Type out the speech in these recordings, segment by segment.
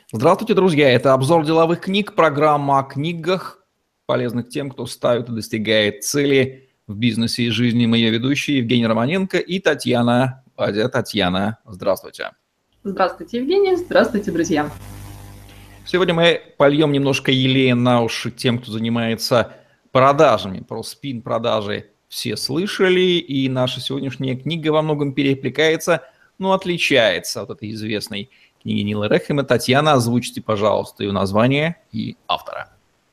Здравствуйте, друзья! Это обзор деловых книг, программа о книгах, полезных тем, кто ставит и достигает цели в бизнесе и жизни. Мы ее ведущие Евгений Романенко и Татьяна Бадя. Татьяна, здравствуйте. Здравствуйте, Евгений. Здравствуйте, друзья. Сегодня мы польем немножко елея на уши тем, кто занимается продажами. Про спин-продажи все слышали, и наша сегодняшняя книга во многом перекликается, но отличается от этой известной книги Нила Рэхэма. Татьяна, озвучьте, пожалуйста, ее название и автора.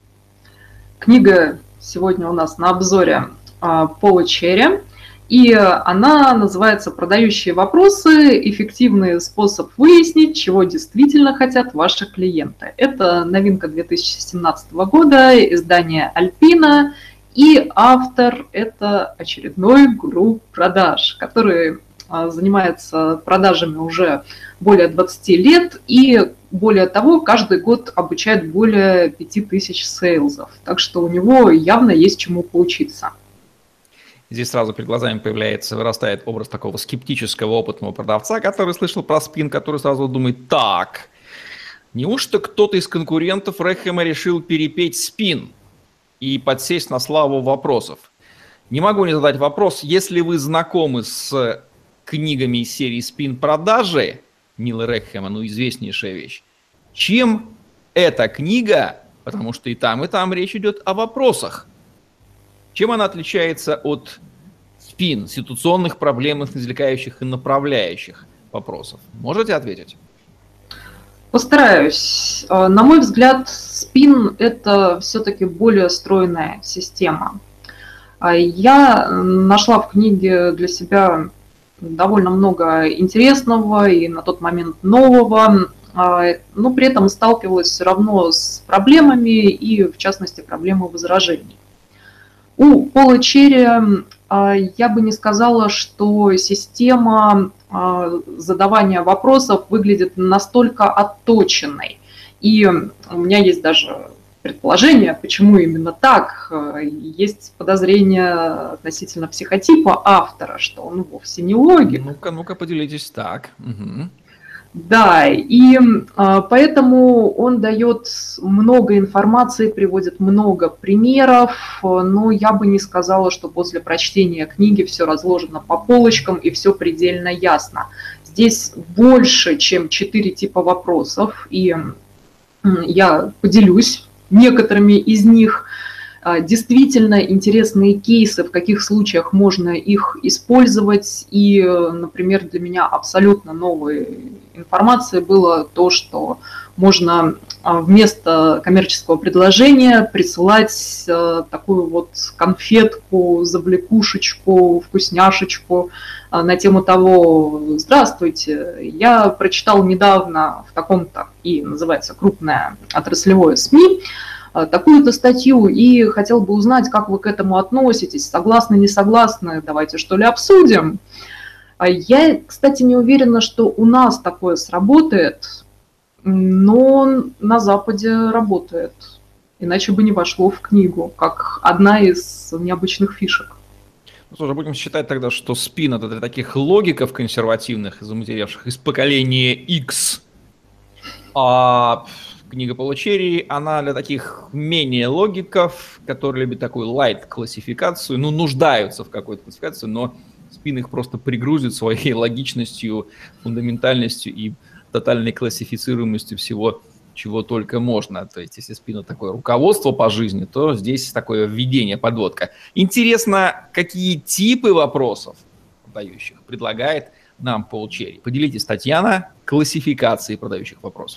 Книга сегодня у нас на обзоре Пола Черри, и она называется «Продающие вопросы. Эффективный способ выяснить, чего действительно хотят ваши клиенты». Это новинка 2017 года, издание Альпина, и автор – это очередной гуру продаж, который занимается продажами уже более 20 лет и, более того, каждый год обучает более 5000 сейлзов. Так что у него явно есть чему поучиться. Здесь сразу перед глазами вырастает образ такого скептического опытного продавца, который слышал про спин, который сразу думает: так, неужто кто-то из конкурентов Рэхэма решил перепеть спин и подсесть на славу вопросов? Не могу не задать вопрос, если вы знакомы с книгами из серии «Спин-продажи» Нила Рэхэма, известнейшая вещь. Чем эта книга, потому что и там речь идет о вопросах, чем она отличается от спин, ситуационных, проблемных, извлекающих и направляющих вопросов? Можете ответить? Постараюсь. На мой взгляд, спин – это все-таки более стройная система. Я нашла в книге для себя довольно много интересного и на тот момент нового, но при этом сталкивалась все равно с проблемами и, в частности, проблемой возражений. У Пола Черри я бы не сказала, что система задавания вопросов выглядит настолько отточенной. И у меня есть даже предположение, почему именно так. Есть подозрение относительно психотипа автора, что он вовсе не логик. Ну-ка, поделитесь. Так. Угу. Да, и поэтому он дает много информации, приводит много примеров, но я бы не сказала, что после прочтения книги все разложено по полочкам и все предельно ясно. Здесь больше, чем 4 типа вопросов, и я поделюсь некоторыми из них. Действительно интересные кейсы, в каких случаях можно их использовать. И, например, для меня абсолютно новой информацией было то, что можно вместо коммерческого предложения присылать такую вот конфетку, завлекушечку, вкусняшечку на тему того: «Здравствуйте, я прочитал недавно в таком-то», и называется крупное отраслевое СМИ, такую-то статью, и хотел бы узнать, как вы к этому относитесь, согласны, не согласны, давайте что ли обсудим. Я, кстати, не уверена, что у нас такое сработает, но на Западе работает, иначе бы не вошло в книгу, как одна из необычных фишек. Ну, слушай, будем считать тогда, что спин — это для таких логиков консервативных, заматеревших из поколения X, а книга Пола Черри, она для таких менее логиков, которые любят такую лайт-классификацию, нуждаются в какой-то классификации, но спин их просто пригрузит своей логичностью, фундаментальностью и тотальной классифицируемостью всего, чего только можно. То есть, если спин — такое руководство по жизни, то здесь такое введение, подводка. Интересно, какие типы вопросов продающих предлагает нам Пол Черри? Поделитесь, Татьяна, классификацией продающих вопросов.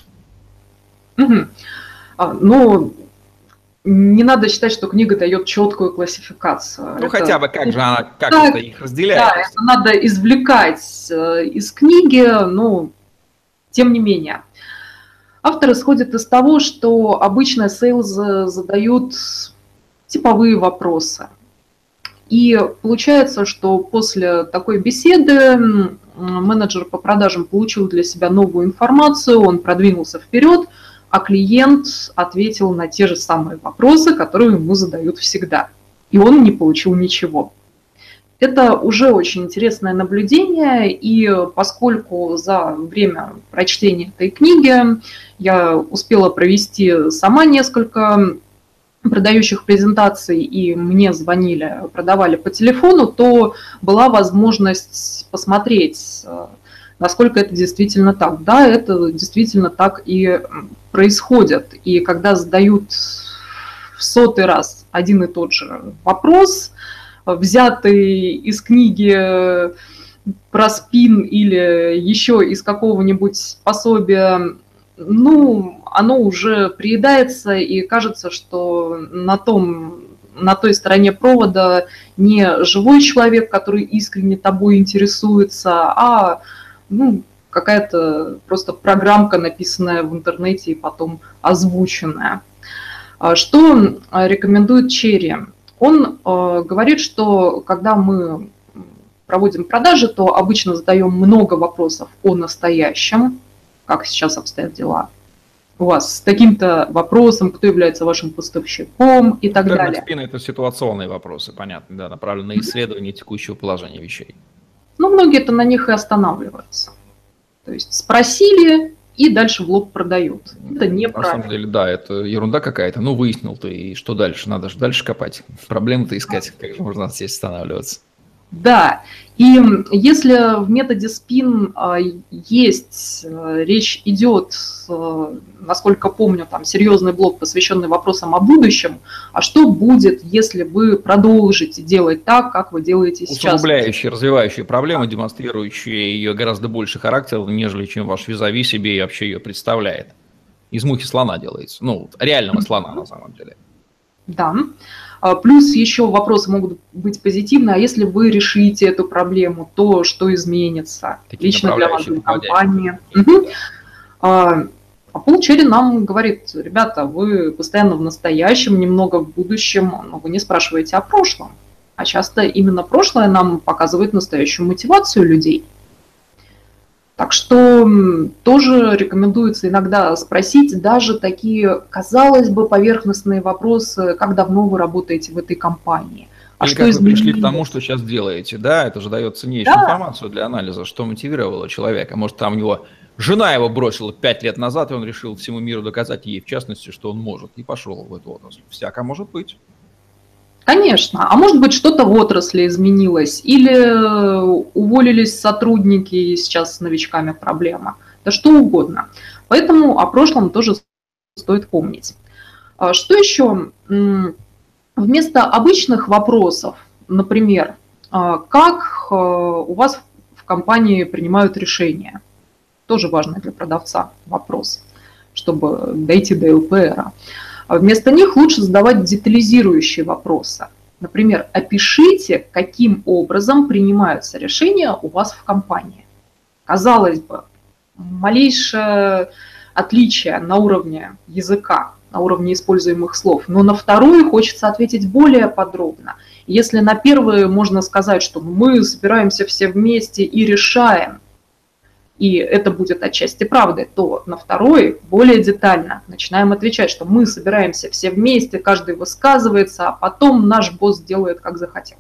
Ну, не надо считать, что книга дает четкую классификацию. Ну, хотя бы как же она как-то их разделяет. Да, это надо извлекать из книги, но тем не менее. Автор исходит из того, что обычно сейлзы задают типовые вопросы. И получается, что после такой беседы менеджер по продажам получил для себя новую информацию, он продвинулся вперед, а клиент ответил на те же самые вопросы, которые ему задают всегда. И он не получил ничего. Это уже очень интересное наблюдение, и поскольку за время прочтения этой книги я успела провести сама несколько продающих презентаций, и мне звонили, продавали по телефону, то была возможность посмотреть, насколько это действительно так. Да, это действительно так и происходит. И когда задают в 100-й раз один и тот же вопрос, взятый из книги про спин или еще из какого-нибудь пособия, ну, оно уже приедается, и кажется, что на той стороне провода не живой человек, который искренне тобой интересуется, а какая-то просто программка, написанная в интернете и потом озвученная. Что рекомендует Черри? Он говорит, что когда мы проводим продажи, то обычно задаем много вопросов о настоящем, как сейчас обстоят дела у вас с таким-то вопросом, кто является вашим поставщиком и так далее. Спины — это ситуационные вопросы, понятно, да, направлены на исследование текущего положения вещей. Но многие-то на них и останавливаются. То есть спросили и дальше в лоб продают. Это неправильно. На самом деле, да, это ерунда какая-то. Ну, выяснил ты, и что дальше? Надо же дальше копать. Проблемы-то искать, как же можно здесь останавливаться. Да, и если в методе спин речь идет, насколько помню, там серьезный блок, посвященный вопросам о будущем, а что будет, если вы продолжите делать так, как вы делаете сейчас? Усугубляющие, развивающие проблемы, демонстрирующие ее гораздо больше характер, нежели чем ваш визави себе и вообще ее представляет. Из мухи слона делается. Ну, реального слона на самом деле. Да. Плюс еще вопросы могут быть позитивные, а если вы решите эту проблему, то что изменится лично для вас, для компании. Угу. Пол Черри нам говорит: ребята, вы постоянно в настоящем, немного в будущем, но вы не спрашиваете о прошлом. А часто именно прошлое нам показывает настоящую мотивацию людей. Так что тоже рекомендуется иногда спросить даже такие, казалось бы, поверхностные вопросы: как давно вы работаете в этой компании? Или как вы пришли к тому, что сейчас делаете? Да, это же дает ценнейшую информацию для анализа, что мотивировало человека. Может, там у него жена его бросила 5 лет назад, и он решил всему миру доказать, ей в частности, что он может, и пошел в эту отрасль. Всяко может быть. Конечно. А может быть, что-то в отрасли изменилось, или уволились сотрудники, и сейчас с новичками проблема. Да что угодно. Поэтому о прошлом тоже стоит помнить. Что еще? Вместо обычных вопросов, например, как у вас в компании принимают решения? Тоже важный для продавца вопрос, чтобы дойти до ЛПРа. Вместо них лучше задавать детализирующие вопросы. Например, опишите, каким образом принимаются решения у вас в компании. Казалось бы, малейшее отличие на уровне языка, на уровне используемых слов, но на второе хочется ответить более подробно. Если на первое можно сказать, что мы собираемся все вместе и решаем, и это будет отчасти правдой, то на второй более детально начинаем отвечать, что мы собираемся все вместе, каждый высказывается, а потом наш босс делает, как захотел.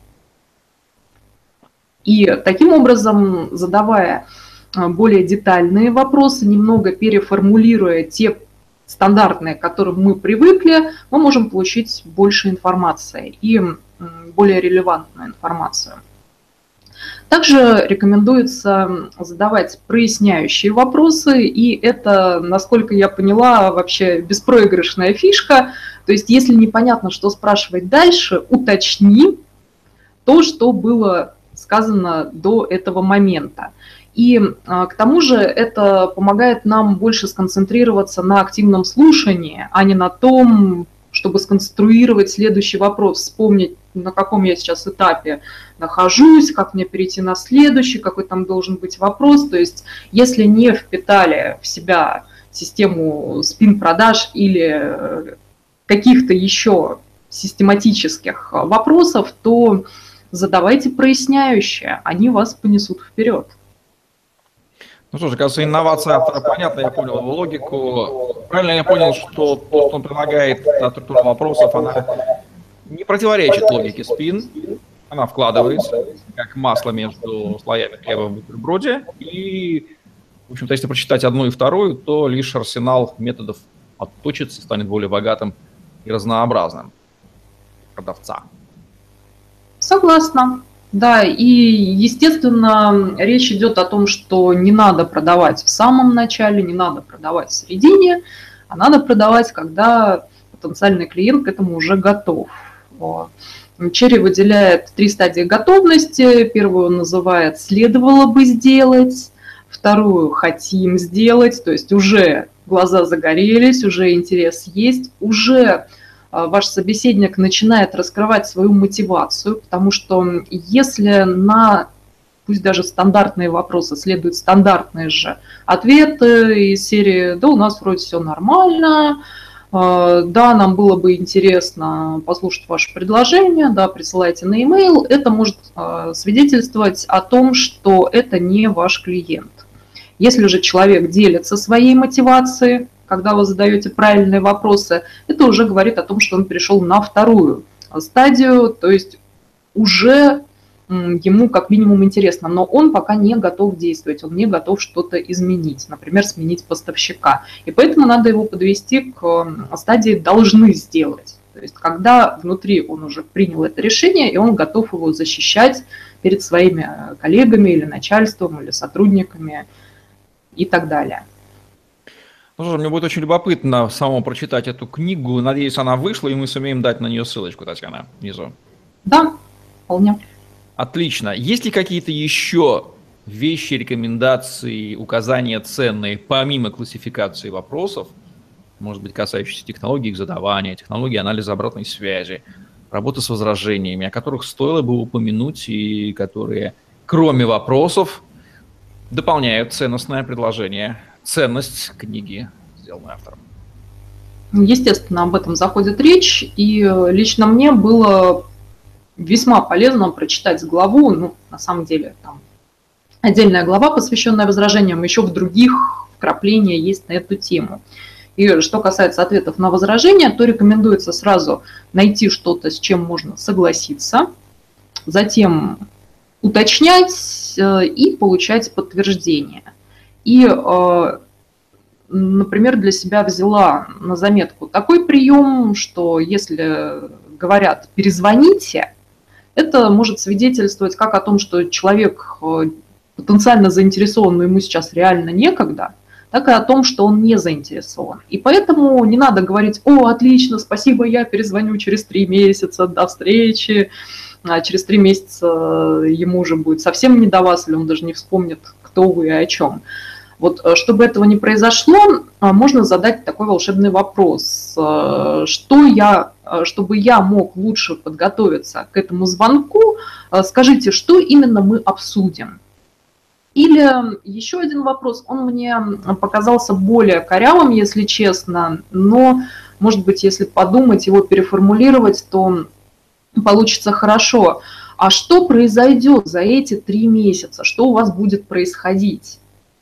И таким образом, задавая более детальные вопросы, немного переформулируя те стандартные, к которым мы привыкли, мы можем получить больше информации и более релевантную информацию. Также рекомендуется задавать проясняющие вопросы, и это, насколько я поняла, вообще беспроигрышная фишка. То есть, если непонятно, что спрашивать дальше, уточни то, что было сказано до этого момента. И к тому же это помогает нам больше сконцентрироваться на активном слушании, а не на том, чтобы сконструировать следующий вопрос, вспомнить, на каком я сейчас этапе нахожусь, как мне перейти на следующий, какой там должен быть вопрос. То есть если не впитали в себя систему спин-продаж или каких-то еще систематических вопросов, то задавайте проясняющие, они вас понесут вперед. Ну что же, кажется, инновация автора понятна, я понял его логику. Правильно я понял, что то, что он предлагает, та структура вопросов, она не противоречит логике спин, она вкладывается. масло между слоями хлеба в бутерброде. И, в общем-то, если прочитать одну и вторую, то лишь арсенал методов отточится, станет более богатым и разнообразным. Продавца. Согласна. Да, и, естественно, речь идет о том, что не надо продавать в самом начале, не надо продавать в середине, а надо продавать, когда потенциальный клиент к этому уже готов. Черри выделяет 3 стадии готовности. Первую он называет «следовало бы сделать», вторую «хотим сделать», то есть уже глаза загорелись, уже интерес есть, уже ваш собеседник начинает раскрывать свою мотивацию, потому что если на, пусть даже стандартные вопросы, следуют стандартные же ответы из серии «да, у нас вроде все нормально», «да, нам было бы интересно послушать ваше предложение», «да, присылайте на e-mail», это может свидетельствовать о том, что это не ваш клиент. Если же человек делится своей мотивацией, когда вы задаете правильные вопросы, это уже говорит о том, что он перешел на вторую стадию, то есть уже ему как минимум интересно, но он пока не готов действовать, он не готов что-то изменить, например, сменить поставщика. И поэтому надо его подвести к стадии «должны сделать». То есть когда внутри он уже принял это решение, и он готов его защищать перед своими коллегами или начальством, или сотрудниками и так далее. Ну что, мне будет очень любопытно самому прочитать эту книгу. Надеюсь, она вышла, и мы сумеем дать на нее ссылочку, Татьяна, внизу. Да, вполне. Отлично. Есть ли какие-то еще вещи, рекомендации, указания ценные, помимо классификации вопросов, может быть, касающиеся технологий их задавания, технологий анализа обратной связи, работы с возражениями, о которых стоило бы упомянуть и которые, кроме вопросов, дополняют ценностное предложение, ценность книги, сделанной автором? Естественно, об этом заходит речь, и лично мне было весьма полезно прочитать главу, ну, на самом деле, там отдельная глава, посвященная возражениям, еще в других вкрапления есть на эту тему. И что касается ответов на возражения, то рекомендуется сразу найти что-то, с чем можно согласиться, затем уточнять и получать подтверждение. И, например, для себя взяла на заметку такой прием, что если говорят «перезвоните», это может свидетельствовать как о том, что человек потенциально заинтересован, но ему сейчас реально некогда, так и о том, что он не заинтересован. И поэтому не надо говорить: «О, отлично, спасибо, я перезвоню через 3 месяца, до встречи». А через 3 месяца ему уже будет совсем не до вас, или он даже не вспомнит, кто вы и о чем. Вот, чтобы этого не произошло, можно задать такой волшебный вопрос. Чтобы я мог лучше подготовиться к этому звонку, скажите, что именно мы обсудим? Или еще один вопрос, он мне показался более корявым, если честно, но, может быть, если подумать, его переформулировать, то получится хорошо. А что произойдет за эти 3 месяца? Что у вас будет происходить?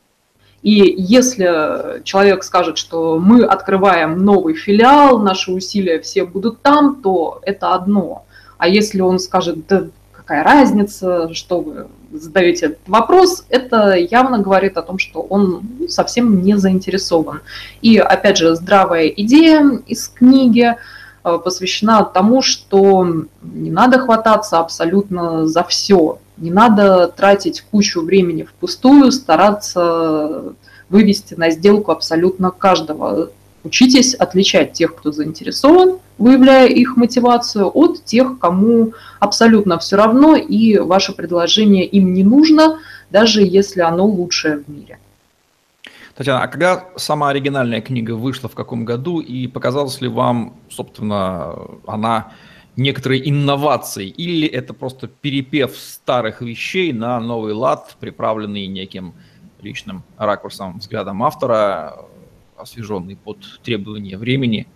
И если человек скажет, что мы открываем новый филиал, наши усилия все будут там, то это одно. А если он скажет: да какая разница, что вы задаете этот вопрос, это явно говорит о том, что он совсем не заинтересован. И опять же, здравая идея из книги посвящена тому, что не надо хвататься абсолютно за все. Не надо тратить кучу времени впустую, стараться вывести на сделку абсолютно каждого. Учитесь отличать тех, кто заинтересован, выявляя их мотивацию, от тех, кому абсолютно все равно, и ваше предложение им не нужно, даже если оно лучшее в мире. Татьяна, а когда сама оригинальная книга вышла, в каком году, и показалась ли вам, собственно, она некоторые инновации, или это просто перепев старых вещей на новый лад, приправленный неким личным ракурсом, взглядом автора, освеженный под требования времени?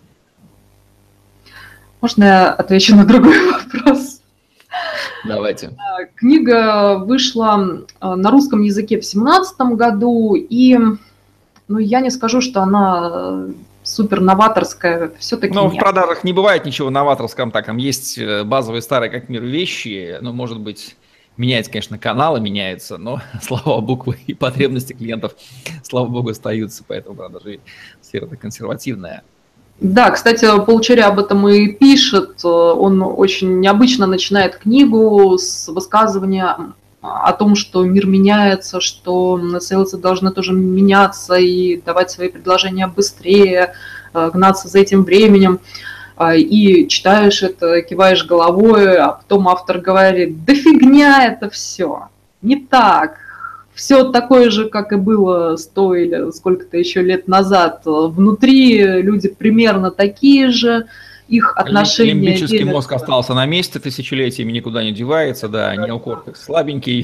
Можно я отвечу на другой вопрос? Давайте. Книга вышла на русском языке в 2017 году, и я не скажу, что она супер новаторская, все-таки Но нет. в продажах не бывает ничего новаторского, там есть базовые старые как мир вещи, но, может быть, Меняются, конечно, каналы меняются, но, слава богу, и потребности клиентов, слава богу, остаются, поэтому, да, даже сфера-то консервативная. Да, кстати, Полчери об этом и пишет. Он очень необычно начинает книгу с высказывания о том, что мир меняется, что сейлсы должны тоже меняться и давать свои предложения быстрее, гнаться за этим временем. И читаешь это, киваешь головой, а потом автор говорит: да фигня это все, не так. Все такое же, как и было 100 или сколько-то еще лет назад. Внутри люди примерно такие же, их отношения Лимбический делятся. мозг остался на месте тысячелетиями, никуда не девается, да, неокортекс слабенький.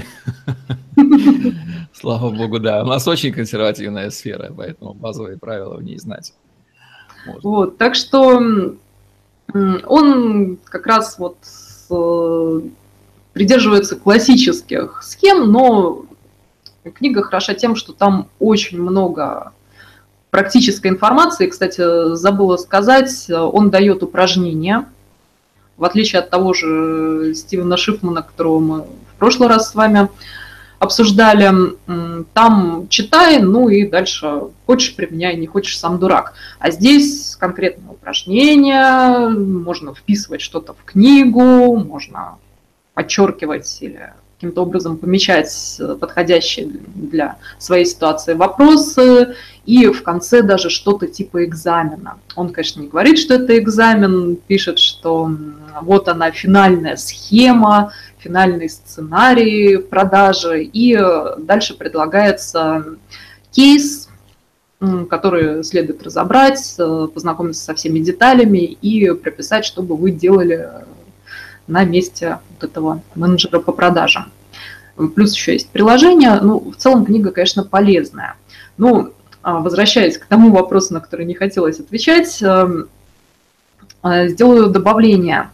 Слава богу, да. У нас очень консервативная сфера, поэтому базовые правила в ней знать можно. Вот, так что он как раз вот придерживается классических схем, но книга хороша тем, что там очень много практической информации. Кстати, забыла сказать, он дает упражнения, в отличие от того же Стивена Шифмана, которого мы в прошлый раз с вами обсуждали. Там читай, ну и дальше хочешь применяй, не хочешь сам дурак. А здесь конкретные упражнения, можно вписывать что-то в книгу, можно подчеркивать или каким-то образом помечать подходящие для своей ситуации вопросы, и в конце даже что-то типа экзамена. Он, конечно, не говорит, что это экзамен, пишет, что вот она финальная схема, финальный сценарий продажи, и дальше предлагается кейс, который следует разобрать, познакомиться со всеми деталями и прописать, что бы вы делали на месте вот этого менеджера по продажам. Плюс еще есть приложение. Ну, в целом книга, конечно, полезная. Ну, возвращаясь к тому вопросу, на который не хотелось отвечать, сделаю добавление.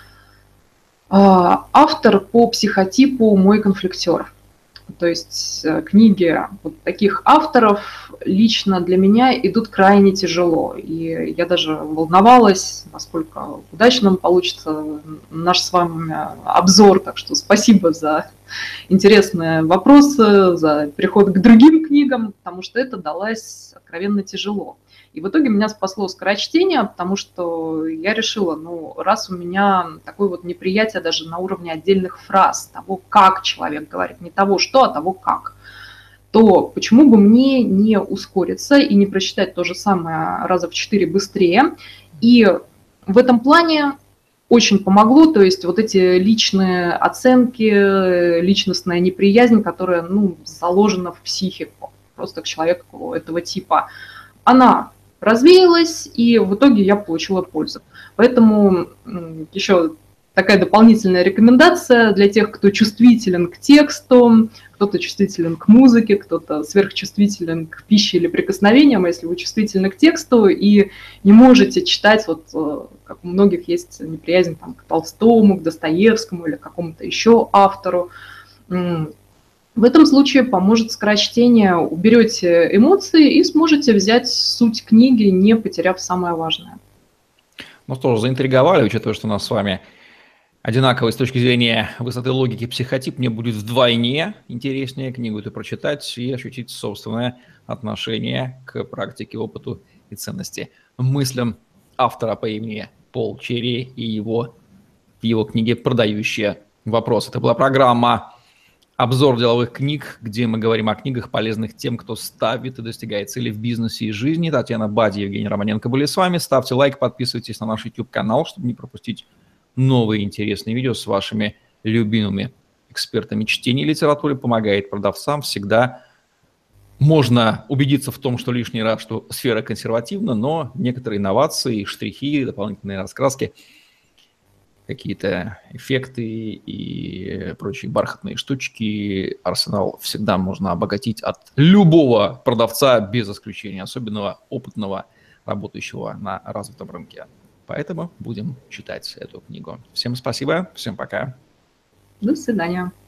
Автор по психотипу мой конфликтер. То есть книги вот таких авторов лично для меня идут крайне тяжело. И я даже волновалась, насколько удачным получится наш с вами обзор. Так что спасибо за интересные вопросы, за переход к другим книгам, потому что это далось откровенно тяжело. И в итоге меня спасло скорочтение, потому что я решила, ну, раз у меня такое вот неприятие даже на уровне отдельных фраз, того, как человек говорит, не того что, а того как, то почему бы мне не ускориться и не прочитать то же самое раза в 4 быстрее. И в этом плане очень помогло, то есть вот эти личные оценки, личностная неприязнь, которая, ну, заложена в психику просто к человеку этого типа, она развеялась, и в итоге я получила пользу. Поэтому еще такая дополнительная рекомендация для тех, кто чувствителен к тексту, кто-то чувствителен к музыке, кто-то сверхчувствителен к пище или прикосновениям. Если вы чувствительны к тексту и не можете читать, вот как у многих есть неприязнь там, к Толстому, к Достоевскому или к какому-то еще автору, в этом случае поможет скорочтение, уберете эмоции и сможете взять суть книги, не потеряв самое важное. Ну что ж, заинтриговали, учитывая, что у нас с вами одинаковый с точки зрения высоты логики психотип, мне будет вдвойне интереснее книгу эту прочитать и ощутить собственное отношение к практике, опыту и ценности, мыслям автора по имени Пол Черри и его книге «Продающие вопросы». Это была программа «Обзор деловых книг», где мы говорим о книгах, полезных тем, кто ставит и достигает цели в бизнесе и жизни. Татьяна Бади и Евгений Романенко были с вами. Ставьте лайк, подписывайтесь на наш YouTube-канал, чтобы не пропустить новые интересные видео с вашими любимыми экспертами чтения и литературы. Помогает продавцам. Всегда можно убедиться в том, что лишний раз, что сфера консервативна, но некоторые инновации, штрихи, дополнительные раскраски, какие-то эффекты и прочие бархатные штучки, арсенал всегда можно обогатить от любого продавца без исключения, особенно опытного, работающего на развитом рынке. Поэтому будем читать эту книгу. Всем спасибо, всем пока. До свидания.